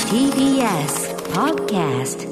TBS Podcast。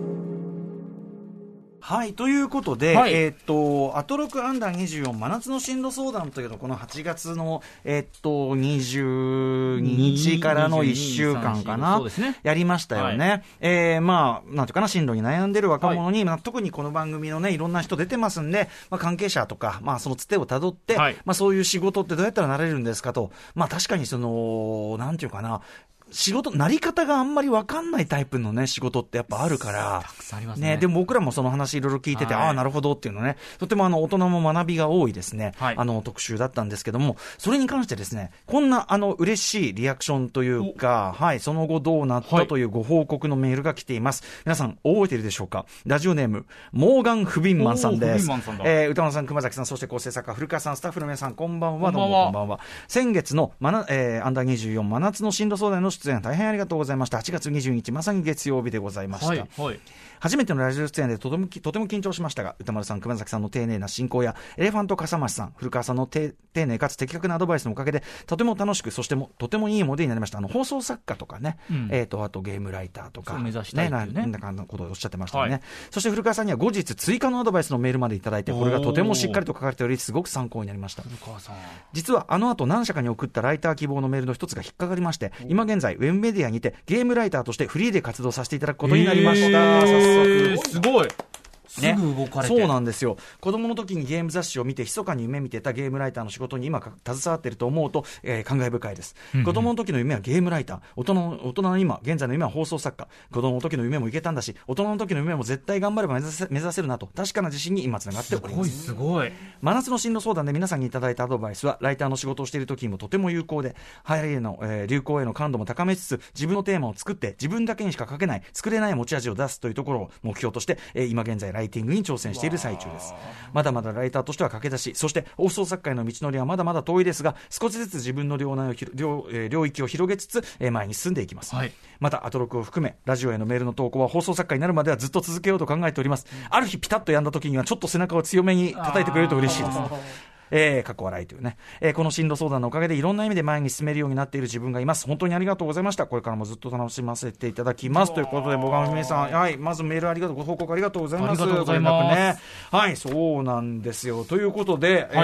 はい、ということで、 はいアトロクアンダー24真夏の進路相談というのをこの8月の、22日からの1週間かな、 そうですね、 やりましたよね。まあ、なんていうかな、進路に悩んでる若者に、まあ、特にこの番組のね、いろんな人出てますんで、まあ、関係者とか、まあ、そのつてをたどって、 はい、 まあ、そういう仕事ってどうやったらなれるんですかと、まあ、確かにその、なんていうかな、仕事、なり方があんまり分かんないタイプのね、仕事ってやっぱあるから。 たくさんありますね。 でも僕らもその話いろいろ聞いてて、ああ、なるほどっていうのね、とても大人も学びが多いですね、 はい、 特集だったんですけども、それに関してですね、こんな嬉しいリアクションというか、はい、その後どうなったというご報告のメールが来ています。皆さん、覚えているでしょうか。ラジオネーム、モーガン・フビンマンさんです。歌丸さん、熊崎さん、そして構成作家、古川さん、スタッフの皆さん、こんばんは。どうもこんばんは。先月のアンダー24真夏の進路相談の出演、大変ありがとうございました。8月22日、まさに月曜日でございました。はいはい、初めてのラジオ出演でとても緊張しましたが、歌丸さん、熊崎さんの丁寧な進行や、エレファント笠間さん、古川さんの丁寧かつ的確なアドバイスのおかげで、とても楽しく、そしてとてもいいモデルになりました。放送作家とかね、あとゲームライターとか、 目指したいっていうね、 なんかのことをおっしゃってましたよね。はい、そして古川さんには後日追加のアドバイスのメールまでいただいて、これがとてもしっかりと書かれており、すごく参考になりました。 古川さん、 実は後何社かに送ったライター希望のメールの一つが引っかかりまして、今現在ウェブメディアにてゲームライターとしてフリーで活動させていただくことになりました。早速すごいね、すぐ動かれて。 そうなんですよ。子供の時にゲーム雑誌を見て密かに夢見てたゲームライターの仕事に今携わっていると思うと、感慨深いです。子供の時の夢はゲームライター、大人の今、現在の夢は放送作家。子供の時の夢もいけたんだし、大人の時の夢も絶対頑張れば目指せるなと、確かな自信に今つながっております。 すごい。 真夏の進路相談で皆さんにいただいたアドバイスは、ライターの仕事をしている時にもとても有効で、流行りへの、流行への感度も高めつつ、自分のテーマを作って自分だけにしか書けない、作れない持ち味を出すというところを目標として、今現在ライティングに挑戦している最中です。まだまだライターとしては駆け出し、そして放送作家への道のりはまだまだ遠いですが、少しずつ自分の領域を広げつつ、前に進んでいきます。はい、またアトロクを含めラジオへのメールの投稿は放送作家になるまではずっと続けようと考えております。ある日ピタッとやんだ時にはちょっと背中を強めに叩いてくれると嬉しいです。過去笑いというね、この進路相談のおかげでいろんな意味で前に進めるようになっている自分がいます。本当にありがとうございました。これからもずっと楽しませていただきますということで、ボガンフミさん、はい、まずメールご報告ありがとうございます。 ありがとうございます。 ね、はい、そうなんですよ。ということで、はい、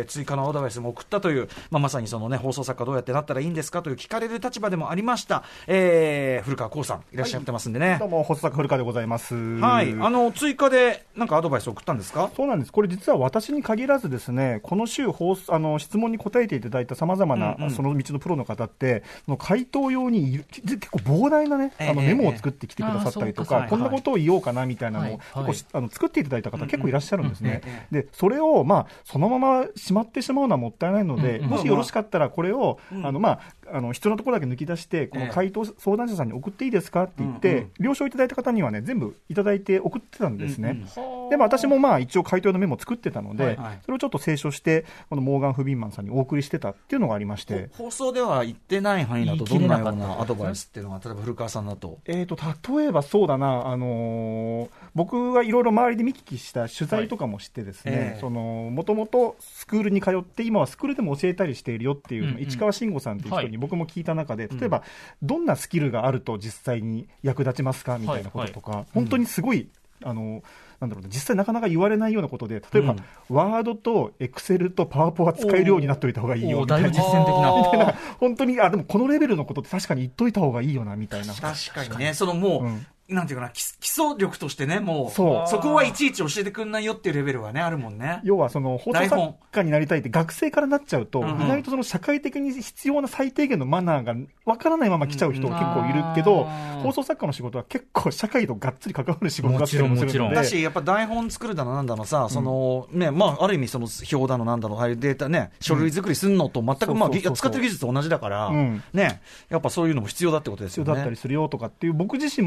追加のアドバイスも送ったという、まさにそのね、放送作家どうやってなったらいいんですかという聞かれる立場でもありました。古川光さんいらっしゃってますんでね。 はい、どうも放送作家古川でございます。 はい、追加でなんかアドバイスを送ったんですか？ そうなんです。これ実は私に限らずですね、この週質問に答えていただいたさまざまな、その道のプロの方って、回答用に結構膨大なね、メモを作ってきてくださったりとか、こんなことを言おうかなみたいなのを、結構作っていただいた方結構いらっしゃるんですね。で、それをそのまましまってしまうのはもったいないので、もしよろしかったらこれを必要なところだけ抜き出して、この回答相談者さんに送っていいですかって言って、了承いただいた方にはね、全部いただいて送ってたんですね。でも私も一応回答のメモを作ってたので、それをちょっと清書して、このモーガン・フビンマンさんにお送りしてたっていうのがありまして、 放送では言ってない範囲だとどんなようなアドバイスっていうのが、例えば古川さんだと、 例えばそうだな、僕がいろいろ周りで見聞きした取材とかもしてですね、もともとスクールに通って今はスクールでも教えたりしているよっていう、市川慎吾さんっていう人に僕も聞いた中で、例えばどんなスキルがあると実際に役立ちますかみたいなこととか、本当にすごいなんだろう、実際なかなか言われないようなことで、例えば、ワードとエクセルとパワポは使えるようになっておいた方がいいよみたいな、 だいぶ実践的なみたいな、本当にでもこのレベルのことって確かに言っといた方がいいよなみたいな。 確かにね、もう、なんていうかな、基礎力としてね、もうそこはいちいち教えてくんないよっていうレベルはね、あるもんね。 要は放送作家になりたいって学生からなっちゃうと、意外と社会的に必要な最低限のマナーがわからないまま来ちゃう人が結構いるけど、放送作家の仕事は結構社会とがっつり関わる仕事だったりもするので、 だしやっぱ台本作るだのなんだのさ、ある意味表だのなんだの、ああいうデータね、書類作りするのと全く使ってる技術と同じだから、ね、やっぱそういうのも必要だってことですよね。 必要だったりするよとかっていう、僕自身も結構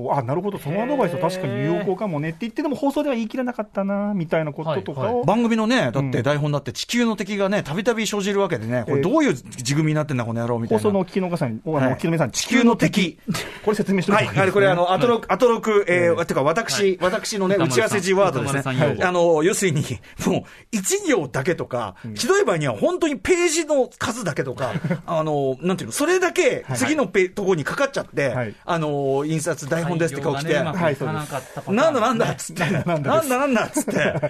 なるほど、そのアドバイスは確かに有効かもねって言って、でも放送では言い切れなかったなみたいなこととかを、 番組のね、だって台本だって地球の敵がね、たびたび生じるわけでね、これどういう地組みになってんだこの野郎みたいな。 放送のお聞きの方に、お聞きの皆さん、地球の敵、これ説明しておいてください。 これアトロク、ていうか私のね、打ち合わせ時ワードですね。要するに、もう、一行だけとか、ひどい場合には本当にページの数だけとか、なんていうの、それだけ次のところにかかっちゃって、印刷台本ですって顔来て、なんだっつって、なんだっつって、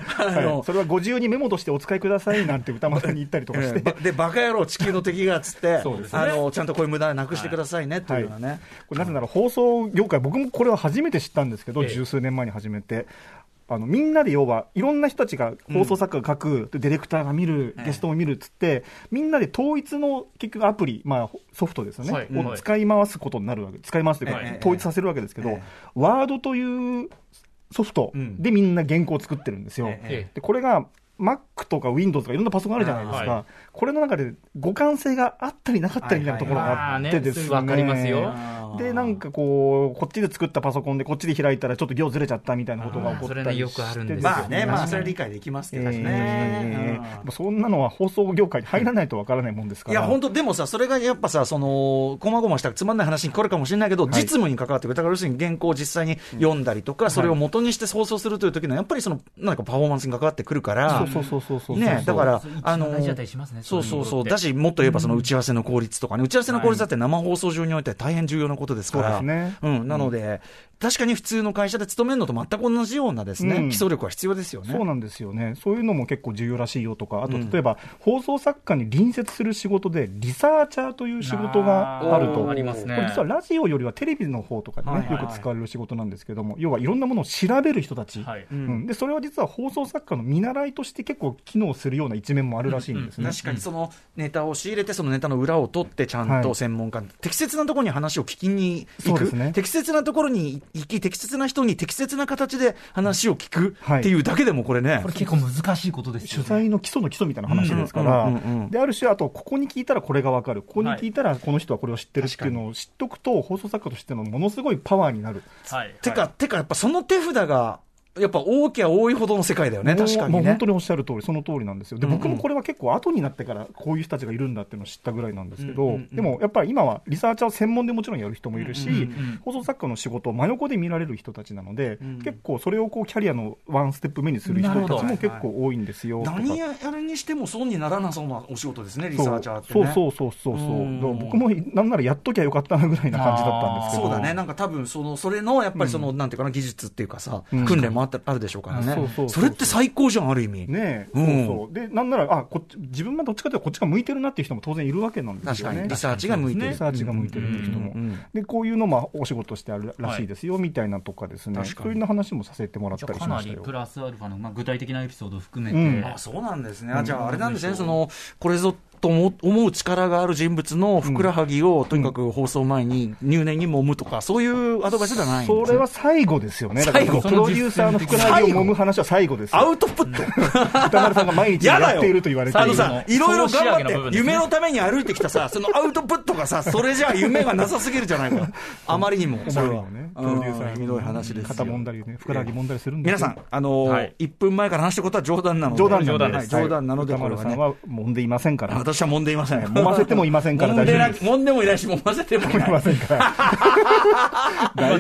それはご自由にメモとしてお使いくださいなんて歌丸さんに言ったりとかして。 で、バカ野郎、地球の敵がっつって、ちゃんとこういう無駄なくしてくださいねっていうようなね。 これなぜなら放送業界、僕もこれは初めて知ったんですけど、十数年前に始めて。みんなで要はいろんな人たちが放送作家が書く、ディレクターが見る、ゲストも見るっつって、みんなで統一の結局アプリ、ソフトですよね、を使い回すことになるわけ、使い回すというか、統一させるわけですけど、ワードというソフトでみんな原稿を作ってるんですよ。でこれがMac とか Windows とかいろんなパソコンあるじゃないですか、これの中で互換性があったりなかったりみたいなところがあってですね、 わかりますよ。 でなんかこっちで作ったパソコンでこっちで開いたらちょっと行ずれちゃったみたいなことが起こったりして、 それねよくあるんですよね。それは理解できますけどね。 そんなのは放送業界に入らないとわからないもんですから。 いや本当でもさ、それがやっぱさ、こまごましたつまんない話に来るかもしれないけど、実務に関わってくる。だから要するに原稿を実際に読んだりとか、それを元にして放送するという時のやっぱりなんかパフォーマンスに関わってくるから、ね、だからそうだし、もっと言えばその打ち合わせの効率とかね、打ち合わせの効率だって生放送上においては大変重要なことですから、なので確かに普通の会社で勤めるのと全く同じようなですね、基礎力は必要ですよね。 そうなんですよね。そういうのも結構重要らしいよとか、あと例えば放送作家に隣接する仕事でリサーチャーという仕事があると。 ありますね。 これ実はラジオよりはテレビの方とかでね、よく使われる仕事なんですけども、要はいろんなものを調べる人たち、でそれは実は放送作家の見習いとして結構機能するような一面もあるらしいんですね。 確かにそのネタを仕入れて、そのネタの裏を取ってちゃんと専門家、適切なところに話を聞きに行く、適切なところに行き、適切な人に適切な形で話を聞くっていうだけでもこれね、 これ結構難しいことですよね。 取材の基礎の基礎みたいな話ですから、である種、あとここに聞いたらこれが分かる、ここに聞いたらこの人はこれを知ってるっていうのを知っておくと、放送作家としてのものすごいパワーになる。 てかやっぱその手札がやっぱ多きゃ多いほどの世界だよね。確かにね。 もう本当におっしゃる通り、その通りなんですよ。で、僕もこれは結構後になってからこういう人たちがいるんだっていうのを知ったぐらいなんですけど、でもやっぱり今はリサーチャーを専門でもちろんやる人もいるし、放送作家の仕事を真横で見られる人たちなので、結構それをこうキャリアのワンステップ目にする人たちも結構多いんですよ。 何やるにしても損にならなそうなお仕事ですね、リサーチャーってね。 そう僕もなんならやっときゃよかったなぐらいな感じだったんですけど。 そうだね。なんか多分それのやっぱりなんていうかな、技術っていうかさ、訓練もあるでしょうからね。それって最高じゃん、ある意味ね。でなんなら自分がどっちかというとこっちが向いてるなっていう人も当然いるわけなんですよね。 確かにリサーチが向いてる、 リサーチが向いてるっていう人も、でこういうのもお仕事としてあるらしいですよ、みたいなとかですね、そういう話もさせてもらったりしましたよ。 かなりプラスアルファの具体的なエピソードを含めて、 そうなんですね。じゃああれなんですね、これぞと思う力がある人物のふくらはぎをとにかく放送前に入念に揉むとか、そういうアドバイスじゃないんですね。 それは最後ですよね。だからプロデューサーのふくらはぎを揉む話は最後ですよ。 アウトプット歌丸さんが毎日やっていると言われている。 いろいろ頑張って夢のために歩いてきたさ、そのアウトプットがさ、それじゃあ夢がなさすぎるじゃないか。あまりにもそれはね、プロデューサーひどい話ですよ。 肩揉んだりね、ふくらはぎ揉んだりするんです。 皆さん1分前から話したことは冗談なので、冗談なので、 歌丸さんは揉んでいませんから。 私は揉んでいません。 揉ませてもいませんから大丈夫です。 揉んでもいないし、揉ませてもいませんから。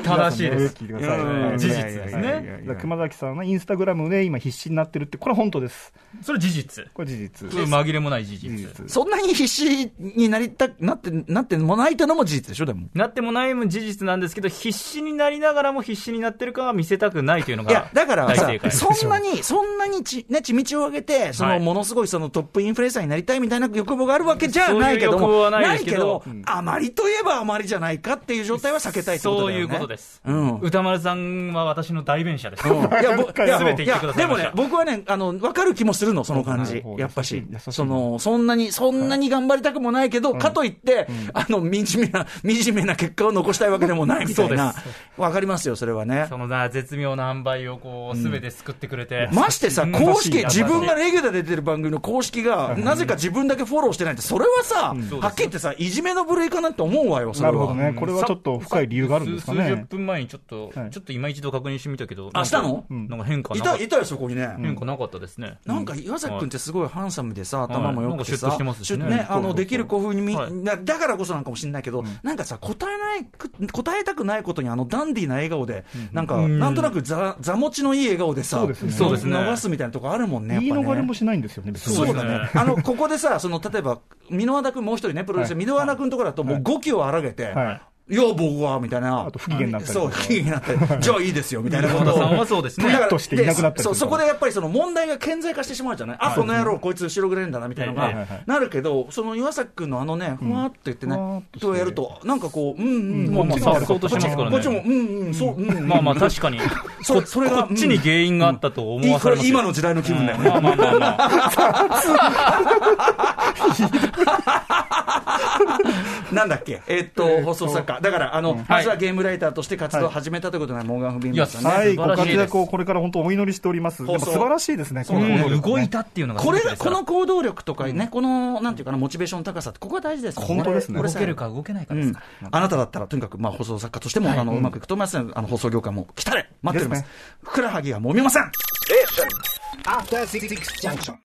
正しいです。 事実ですね。熊崎さんはインスタグラムで今必死になってるって、これは本当です。 それ事実。 これ事実。 紛れもない事実。 そんなに必死になってもないというのも事実でしょ。でもなってもないも事実なんですけど、必死になりながらも必死になってるかは見せたくないというのが、いやだからさ、そんなに地道を上げてものすごいトップインフルエンサーになりたいみたいな欲望があるわけじゃないけども、ないけど、あまりといえばあまりじゃないかっていう状態は避けたいってことだよね。 そういうことです。歌丸さんは私の代弁者です。全て言ってくださいました。 でもね、僕はね、分かる気もするの、その感じ。やっぱし、そんなに頑張りたくもないけど、かといって、惨めな結果を残したいわけでもないみたいな。分かりますよ、それはね。 その絶妙な塩梅を全て救ってくれて。 ましてさ、公式、自分がレギュラーで出てる番組の公式が、なぜか自分だけフォローしてないって、それはさ、はっきり言ってさ、いじめの部類かなって思うわよ、それは。 なるほどね。これはちょっと深い理由があるんですかね。 数十分前にちょっと今一度確認してみたけど。 したの？ なんか変化いたよ、そこにね。 変化なかったですね。 なんか岩崎君ってすごいハンサムでさ、頭も良くてさ、できるこういうふうにだからこそなんかもしれないけど、なんかさ、答えたくないことにダンディーな笑顔で、なんとなく座持ちのいい笑顔でさ、流すみたいなとこあるもんね。 言い逃れもしないんですよね、別に。 そうだね。ここでさ、例えば、箕輪田君もう一人ね、プロレスで、箕輪田君のところだともう語気を荒げて、いや、僕は、みたいな。 あと不機嫌になったり。 そう、不機嫌になったり。じゃあいいですよ、みたいなことを。 さんはそうですね。 だからしていなくなったり。 そこでやっぱり問題が顕在化してしまうじゃない。あ、この野郎、こいつ後ろぐれんだな、みたいなのがなるけど、岩崎君のふわーって言ってね、とやると、なんかこう、 まあ、さっそうとしますからね。 こっちも、そう、 まあまあ、確かに。それが、こっちに原因があったと思わされます。 今の時代の気分だよね。 まあまあまあまあ。なんだっけ放送作家。だから、まずはゲームライターとして活動を始めたということで、モーガン・フビンバーさんね。 はい、ご活躍をこれから本当お祈りしております。でも素晴らしいですね、 動いたっていうのが。 この行動力とかね、この、なんていうかな、モチベーションの高さって、ここが大事ですね。 本当ですね。 動けるか動けないかですか。 あなただったら、とにかく、放送作家としても、うまくいくと思いますので、放送業界も来たれ待っております。ふくらはぎは揉みません。